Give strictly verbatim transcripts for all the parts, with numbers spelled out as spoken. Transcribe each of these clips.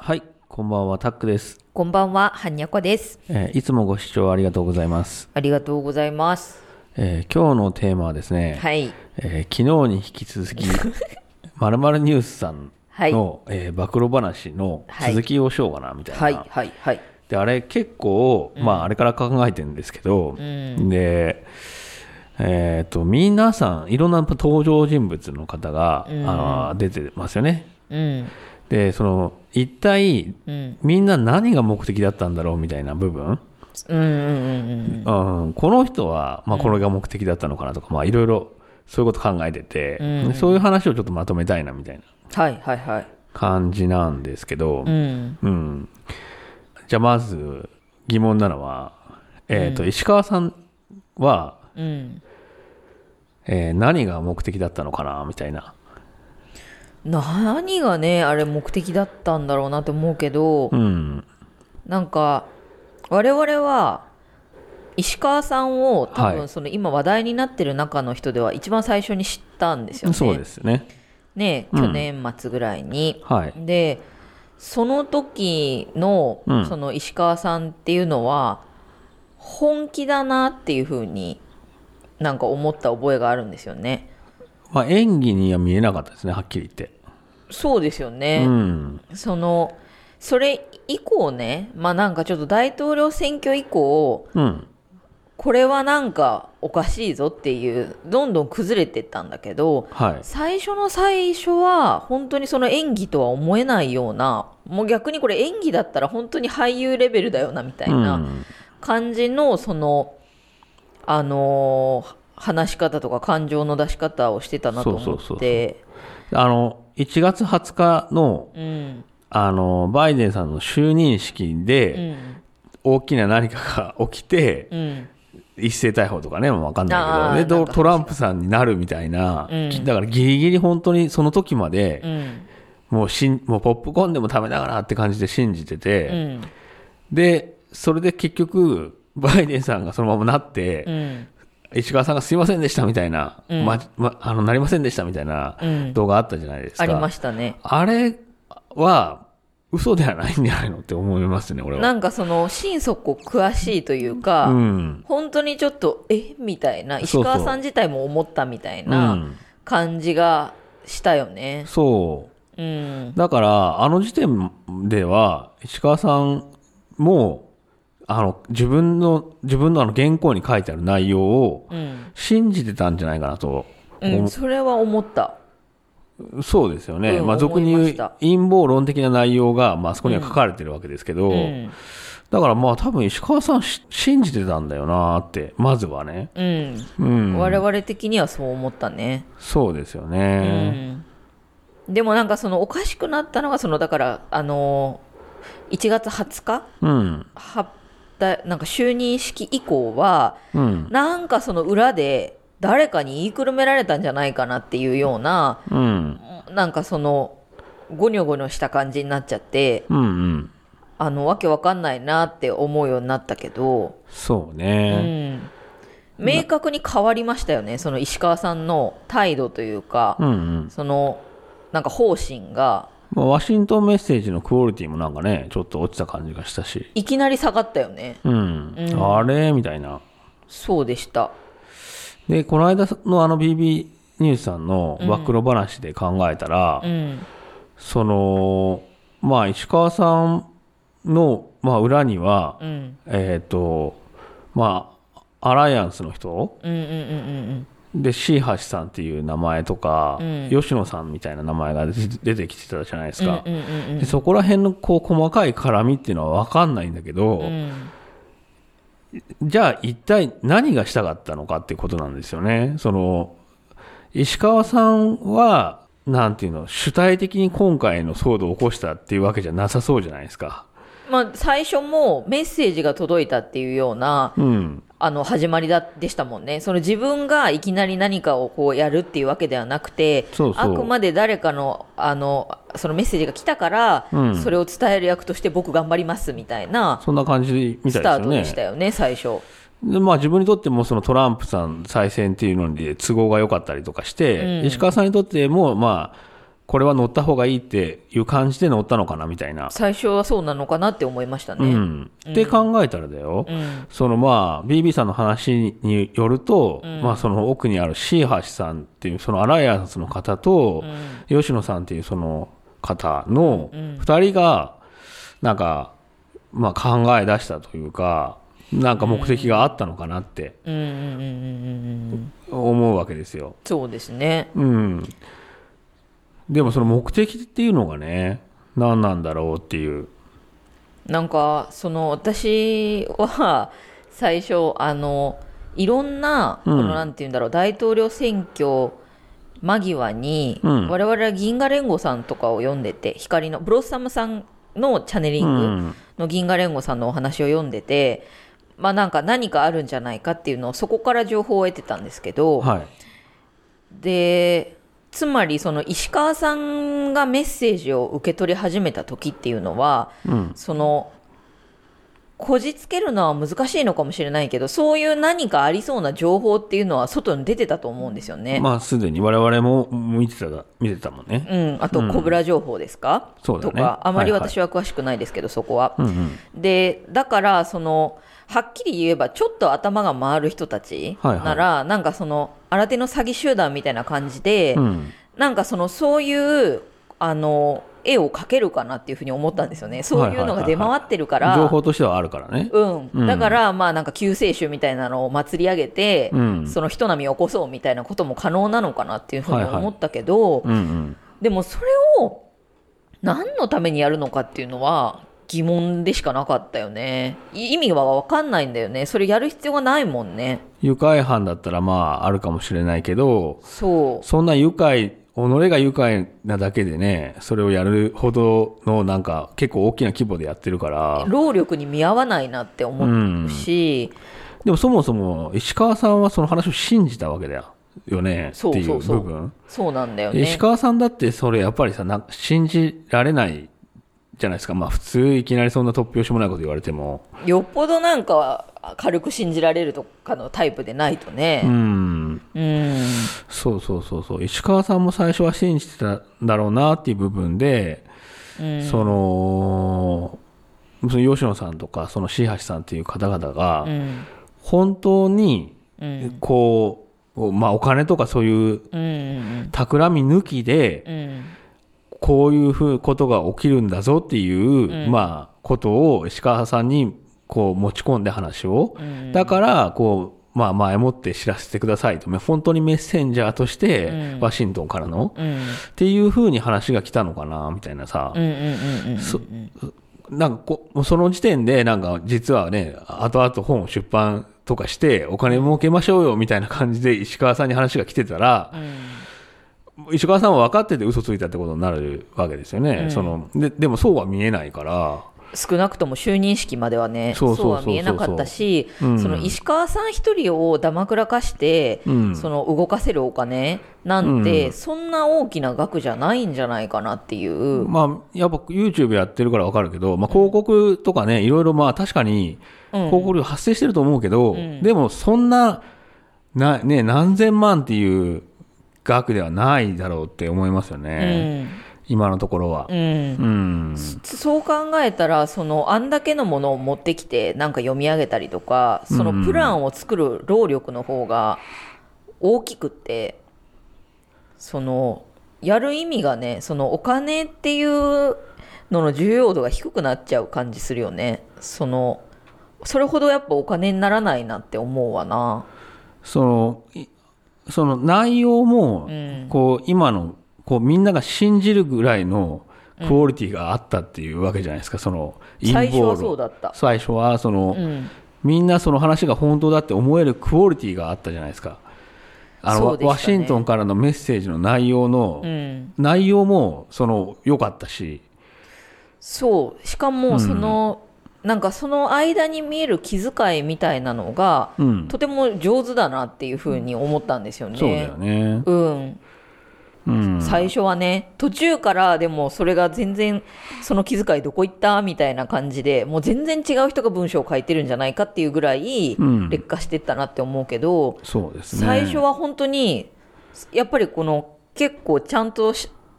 はい、こんばんは、タックです。 こんばんは、はんにゃこです。 えーいつもご視聴ありがとうございます。 ありがとうございます。 えー今日のテーマはですね、 はい。 えー昨日に引き続き、まるまるニュースさんの、えー暴露話の続きをしようかな、みたいな。 はい、はい、はい。 で、あれ結構、まあ、あれから考えてるんですけど、で、えっと、皆さん、いろんな登場人物の方が、あの出てますよね。 うん。 で、その、一体、 うん。 みんな何が目的だったんだろうみたいな部分。 うんうんうんうんうん、この人は、まあ、これが目的だったのかなとか、まあ、いろいろそういうこと考えてて、でそういう話をちょっとまとめたいなみたいなはいはいはい。 感じなんですけど、 うんうんじゃあまず疑問なのは、えーと石川さんは、 うんえー何が目的だったのかなみたいな。 何がねあれ目的だったんだろうなと思うけど、 うんなんか我々は石川さんを多はい分その今話題になってる中の人では一番最初に知ったんですよね。 そうですね。 ね、去年末ぐらいに、 はいでその時の、 うんその石川さんっていうのは本気だなっていう風になんか思った覚えがあるんですよね。 まあ、演技には見えなかったですね、はっきり言って。 そうですよね、 うんそのそれ以降ね、まあなんかちょっと大統領選挙以降うんこれはなんかおかしいぞっていうどんどん崩れてったんだけど、 はい最初の最初は本当にその演技とは思えないような、もう逆にこれ演技だったら本当に俳優レベルだよなみたいな感じのそのあのー話し方とか感情の出し方をしてたなと思って、 あのいちがつはつかのうんあのバイデンさんの就任式うでん大きな何かが起きて、 うん一斉逮捕とかね、もう分かんないけど、でトあーなんかトランプさんになるみたいな、 うんだからギリギリ本当にその時まで、 うんもうしんもうポップコーンでも食べながらって感じで信じてて、 うんでそれで結局バイデンさんがそのままなって、 うん石川さんがすいませんでしたみたいな、 うんまま、あのなりませんでしたみたいなうん動画あったじゃないですか。 ありましたね。 あれは嘘ではないんじゃないのって思いますね、俺は。 なんかその心底詳しいというか、 うん本当にちょっとえみたいな、石そうそう川さん自体も思ったみたいうなん感じがしたよね。 そううんだからあの時点では石川さんもあの自分の自分のあの原稿に書いてある内容をうん信じてたんじゃないかなとうん、 思う、 それは思った。 そうですよね、 うんまあ、俗に言う思いました陰謀論的な内容が、まあそこには書かれてるわけですけど、 うんだからまあ多分石川さんし信じてたんだよなってまずはね、 うんうん、 我々的にはそう思ったね。 そうですようね、 ん、でもなんかそのおかしくなったのがそのだからあのいちがつはつかうんはだなんか就任式以降はうんなんかその裏で誰かに言いくるめられたんじゃないかなっていうようなうんなんかそのゴニョゴニョした感じになっちゃってうんうんあのわけわかんないなって思うようになったけど、 そううね、 ん、明確に変わりましたよね、その石川さんの態度というか、 うんうんそのなんか方針がまあ、ワシントンメッセージのクオリティもなんかねちょっと落ちた感じがしたし、 いきなり下がったよね。 うんうんあれみたいな。 そうでした。 でこの間のあの ビービー ニュースさんの暴露話で考えたら、 うんそのまあ石川さんの、まあ、裏には、 うんえっ、とまあアライアンスの人うんうんうんでシーハシさんっていう名前とか、 うん吉野さんみたいな名前が出出てきてたじゃないですか、 うんうんうんうんでそこら辺のこう細かい絡みっていうのは分かんないんだけど、 うんじゃあ一体何がしたかったのかっていうことなんですよね。その石川さんはなんていうの主体的に今回の騒動を起こしたっていうわけじゃなさそうじゃないですか。 まあ、最初もメッセージが届いたっていうようなうんあの始まりだでしたもんね。その自分がいきなり何かをこうやるっていうわけではなくて、 そうそうあくまで誰かのあのそのメッセージが来たから、 うんそれを伝える役として僕頑張りますみたいなそんな感じみたいですスタートよね。 でしたよね、最初。 でまあ、自分にとってもそのトランプさん再選っていうのに都合が良かったりとかして、 うん石川さんにとってもまあこれは乗った方がいいっていう感じで乗ったのかなみたいな。 最初はそうなのかなって思いましたね。 うん、って考えたらだよ、 うん、 そのまあ ビービー さんの話によると、 うん、 まあその奥にあるシー橋さんっていうそのアライアンスの方と、うん、吉野さんっていうその方のふたりがなんかまあ考え出したというか、なんか目的があったのかなって思うわけですよ。 そうですね。 うん。でもその目的っていうのがね、何なんだろうっていう。 なんかその私は最初あのいろんなこのなんていうんだろう、大統領選挙間際に、うん、我々は銀河連合さんとかを読んでて、光のブロッサムさんのチャネリングの銀河連合さんのお話を読んでて、まあなんか何かあるんじゃないかっていうのをそこから情報を得てたんですけど、 はい、 でつまりその石川さんがメッセージを受け取り始めた時っていうのは、うん、そのこじつけるのは難しいのかもしれないけど、そういう何かありそうな情報っていうのは外に出てたと思うんですよね。 まあすでに我々も見てた見てたもんね。 うん、あとコブラ情報ですか、 うん、 とかあまり私は詳しくないですけど、はいはい、そこは、 うんうん、 でだからそのはっきり言えばちょっと頭が回る人たちなら、はいはい、なんかその新手の詐欺集団みたいな感じで、うん、なんかそのそういうあの絵を描けるかなっていうふうに思ったんですよね。そういうのが出回ってるから、はいはいはいはい、 情報としてはあるからね、 うんうん、だからまあなんか救世主みたいなのを祭り上げて、うん、その人波を起こそうみたいなことも可能なのかなっていうふうに思ったけど、はいはい、うんうん、でもそれを何のためにやるのかっていうのは疑問でしかなかったよね。意味は分かんないんだよね。それやる必要がないもんね。 愉快犯だったらまああるかもしれないけど、 そうそんな愉快己が愉快なだけでね、それをやるほどのなんか結構大きな規模でやってるから労力に見合わないなって思うし、うん、 でもそもそも石川さんはその話を信じたわけだよねっていう部分。 そうそうそう、そうなんだよね。 石川さんだってそれやっぱりさ、な信じられないじゃないですか。まあ普通いきなりそんな突拍子もないこと言われても、 よっぽどなんか軽く信じられるとかのタイプでないとね。 うんうんそうそうそうそう、石川さんも最初は信じてたんだろうなっていう部分で、うん、そのその吉野さんとかその椎橋さんっていう方々が本当にこう、うん、まあお金とかそういう企み抜きで、うんこういうふうことが起きるんだぞっていう、うん、まあことを石川さんにこう持ち込んで話を、うん、だからこうまあ前もって知らせてくださいと、本当にメッセンジャーとして、うん、ワシントンからの、うん、っていうふうに話が来たのかなみたいなさ、なんかこその時点でなんか実はね、後々本を出版とかしてお金儲けましょうよみたいな感じで石川さんに話が来てたら、うん石川さんは分かってて嘘ついたってことになるわけですよね、うん、その で, でもそうは見えないから、 少なくとも就任式まではねそうは見えなかったし、うん、その石川さん一人をだまくらかして、うん、その動かせるお金なんて、うん、そんな大きな額じゃないんじゃないかなっていう、 まあやっぱ YouTube やってるから分かるけど、まあ、広告とかねいろいろまあ確かに広告料発生してると思うけど、うん、でもそんなな、ね、何千万っていう額ではないだろうって思いますよね、うん、今のところは、うんうん、 そう考えたらそのあんだけのものを持ってきてなんか読み上げたりとか、そのプランを作る労力の方が大きくって、そのやる意味がね、そのお金っていうのの重要度が低くなっちゃう感じするよね。そのそれほどやっぱお金にならないなって思うわな。 そのその内容もこう今のこうみんなが信じるぐらいのクオリティがあったっていうわけじゃないですか。その陰謀論、 最初はそうだった。 最初はその、うん、みんなその話が本当だって思えるクオリティがあったじゃないですか。あの、ね、ワシントンからのメッセージの内容の、うん、内容もその良かったし、 そうしかもその、うん、なんかその間に見える気遣いみたいなのが、うん、とても上手だなっていうふうに思ったんですよね。 そうだよね。 うんうん、最初はね、途中からでもそれが全然その気遣いどこ行ったみたいな感じで、もう全然違う人が文章を書いてるんじゃないかっていうぐらい劣化してったなって思うけど、 うん、そうですね、 最初は本当にやっぱりこの結構ちゃんと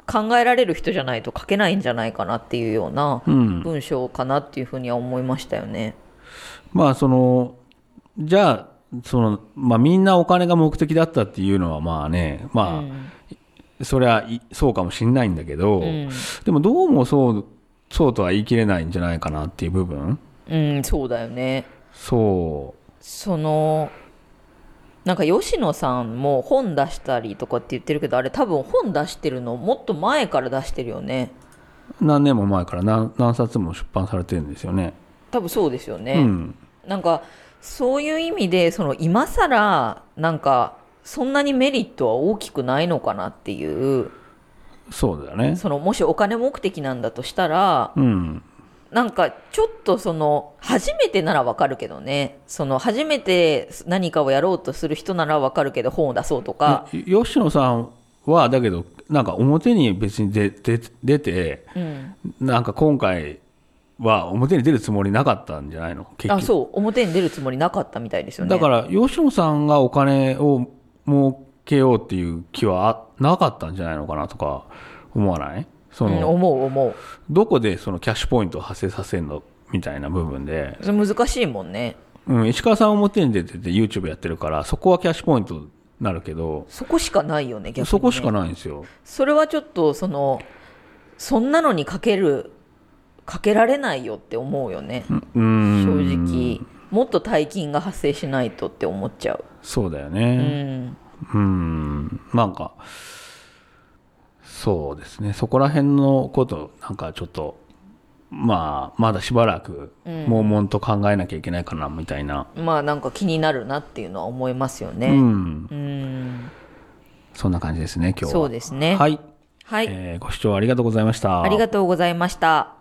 考えられる人じゃないと書けないんじゃないかなっていうようなうん文章かなっていうふうには思いましたよね。 まあそのじゃあその、まあ、みんなお金が目的だったっていうのはまあね、まあ、 うんそれはいそうかもしれないんだけど、 うん、 でもどうもそうそうとは言い切れないんじゃないかなっていう部分。 うん、そうだよね。 そそのなんか吉野さんも本出したりとかって言ってるけど、あれ多分本出してるのもっと前から出してるよね。 う何年も前から 何, 何冊も出版されてるんですよね。 多分そうですよね、 うん、 なんかそういう意味でその今更なんかそんなにメリットは大きくないのかなっていう。 そうだよね。 そのもしお金目的なんだとしたら、 うん、 なんかちょっとその初めてならわかるけどね、その初めて何かをやろうとする人ならわかるけど本を出そうとか。 吉野さんはだけどなんか表に別に出て出て、 うん、 なんか今回は表に出るつもりなかったんじゃないの結局。 あ、そう表に出るつもりなかったみたいですよね。 だから吉野さんがお金を儲けようっていう気はなかったんじゃないのかなとか思わない？その、 うん、思う思う。 どこでそのキャッシュポイントを発生させるのみたいな部分で、 それ難しいもんね。 うん、石川さん表に出てて YouTube やってるからそこはキャッシュポイントになるけど、 そこしかないよね、逆にね。 そこしかないんですよ。 それはちょっとそのそんなのにかけるかけられないよって思うよね、 うーん、 正直。もっと大金が発生しないとって思っちゃう。 そうだようね。 ん、 うーん、なんかそうですね、そこら辺のことなんかちょっとまあまだしばらく悶々と考えなきゃいけないかなみたいな、 まあなんか気になるなっていうのは思いますよね。 うん、 うん、 そんな感じですね今日は。 そうですね。 はい、 はい、 えーご視聴ありがとうございました。 ありがとうございました。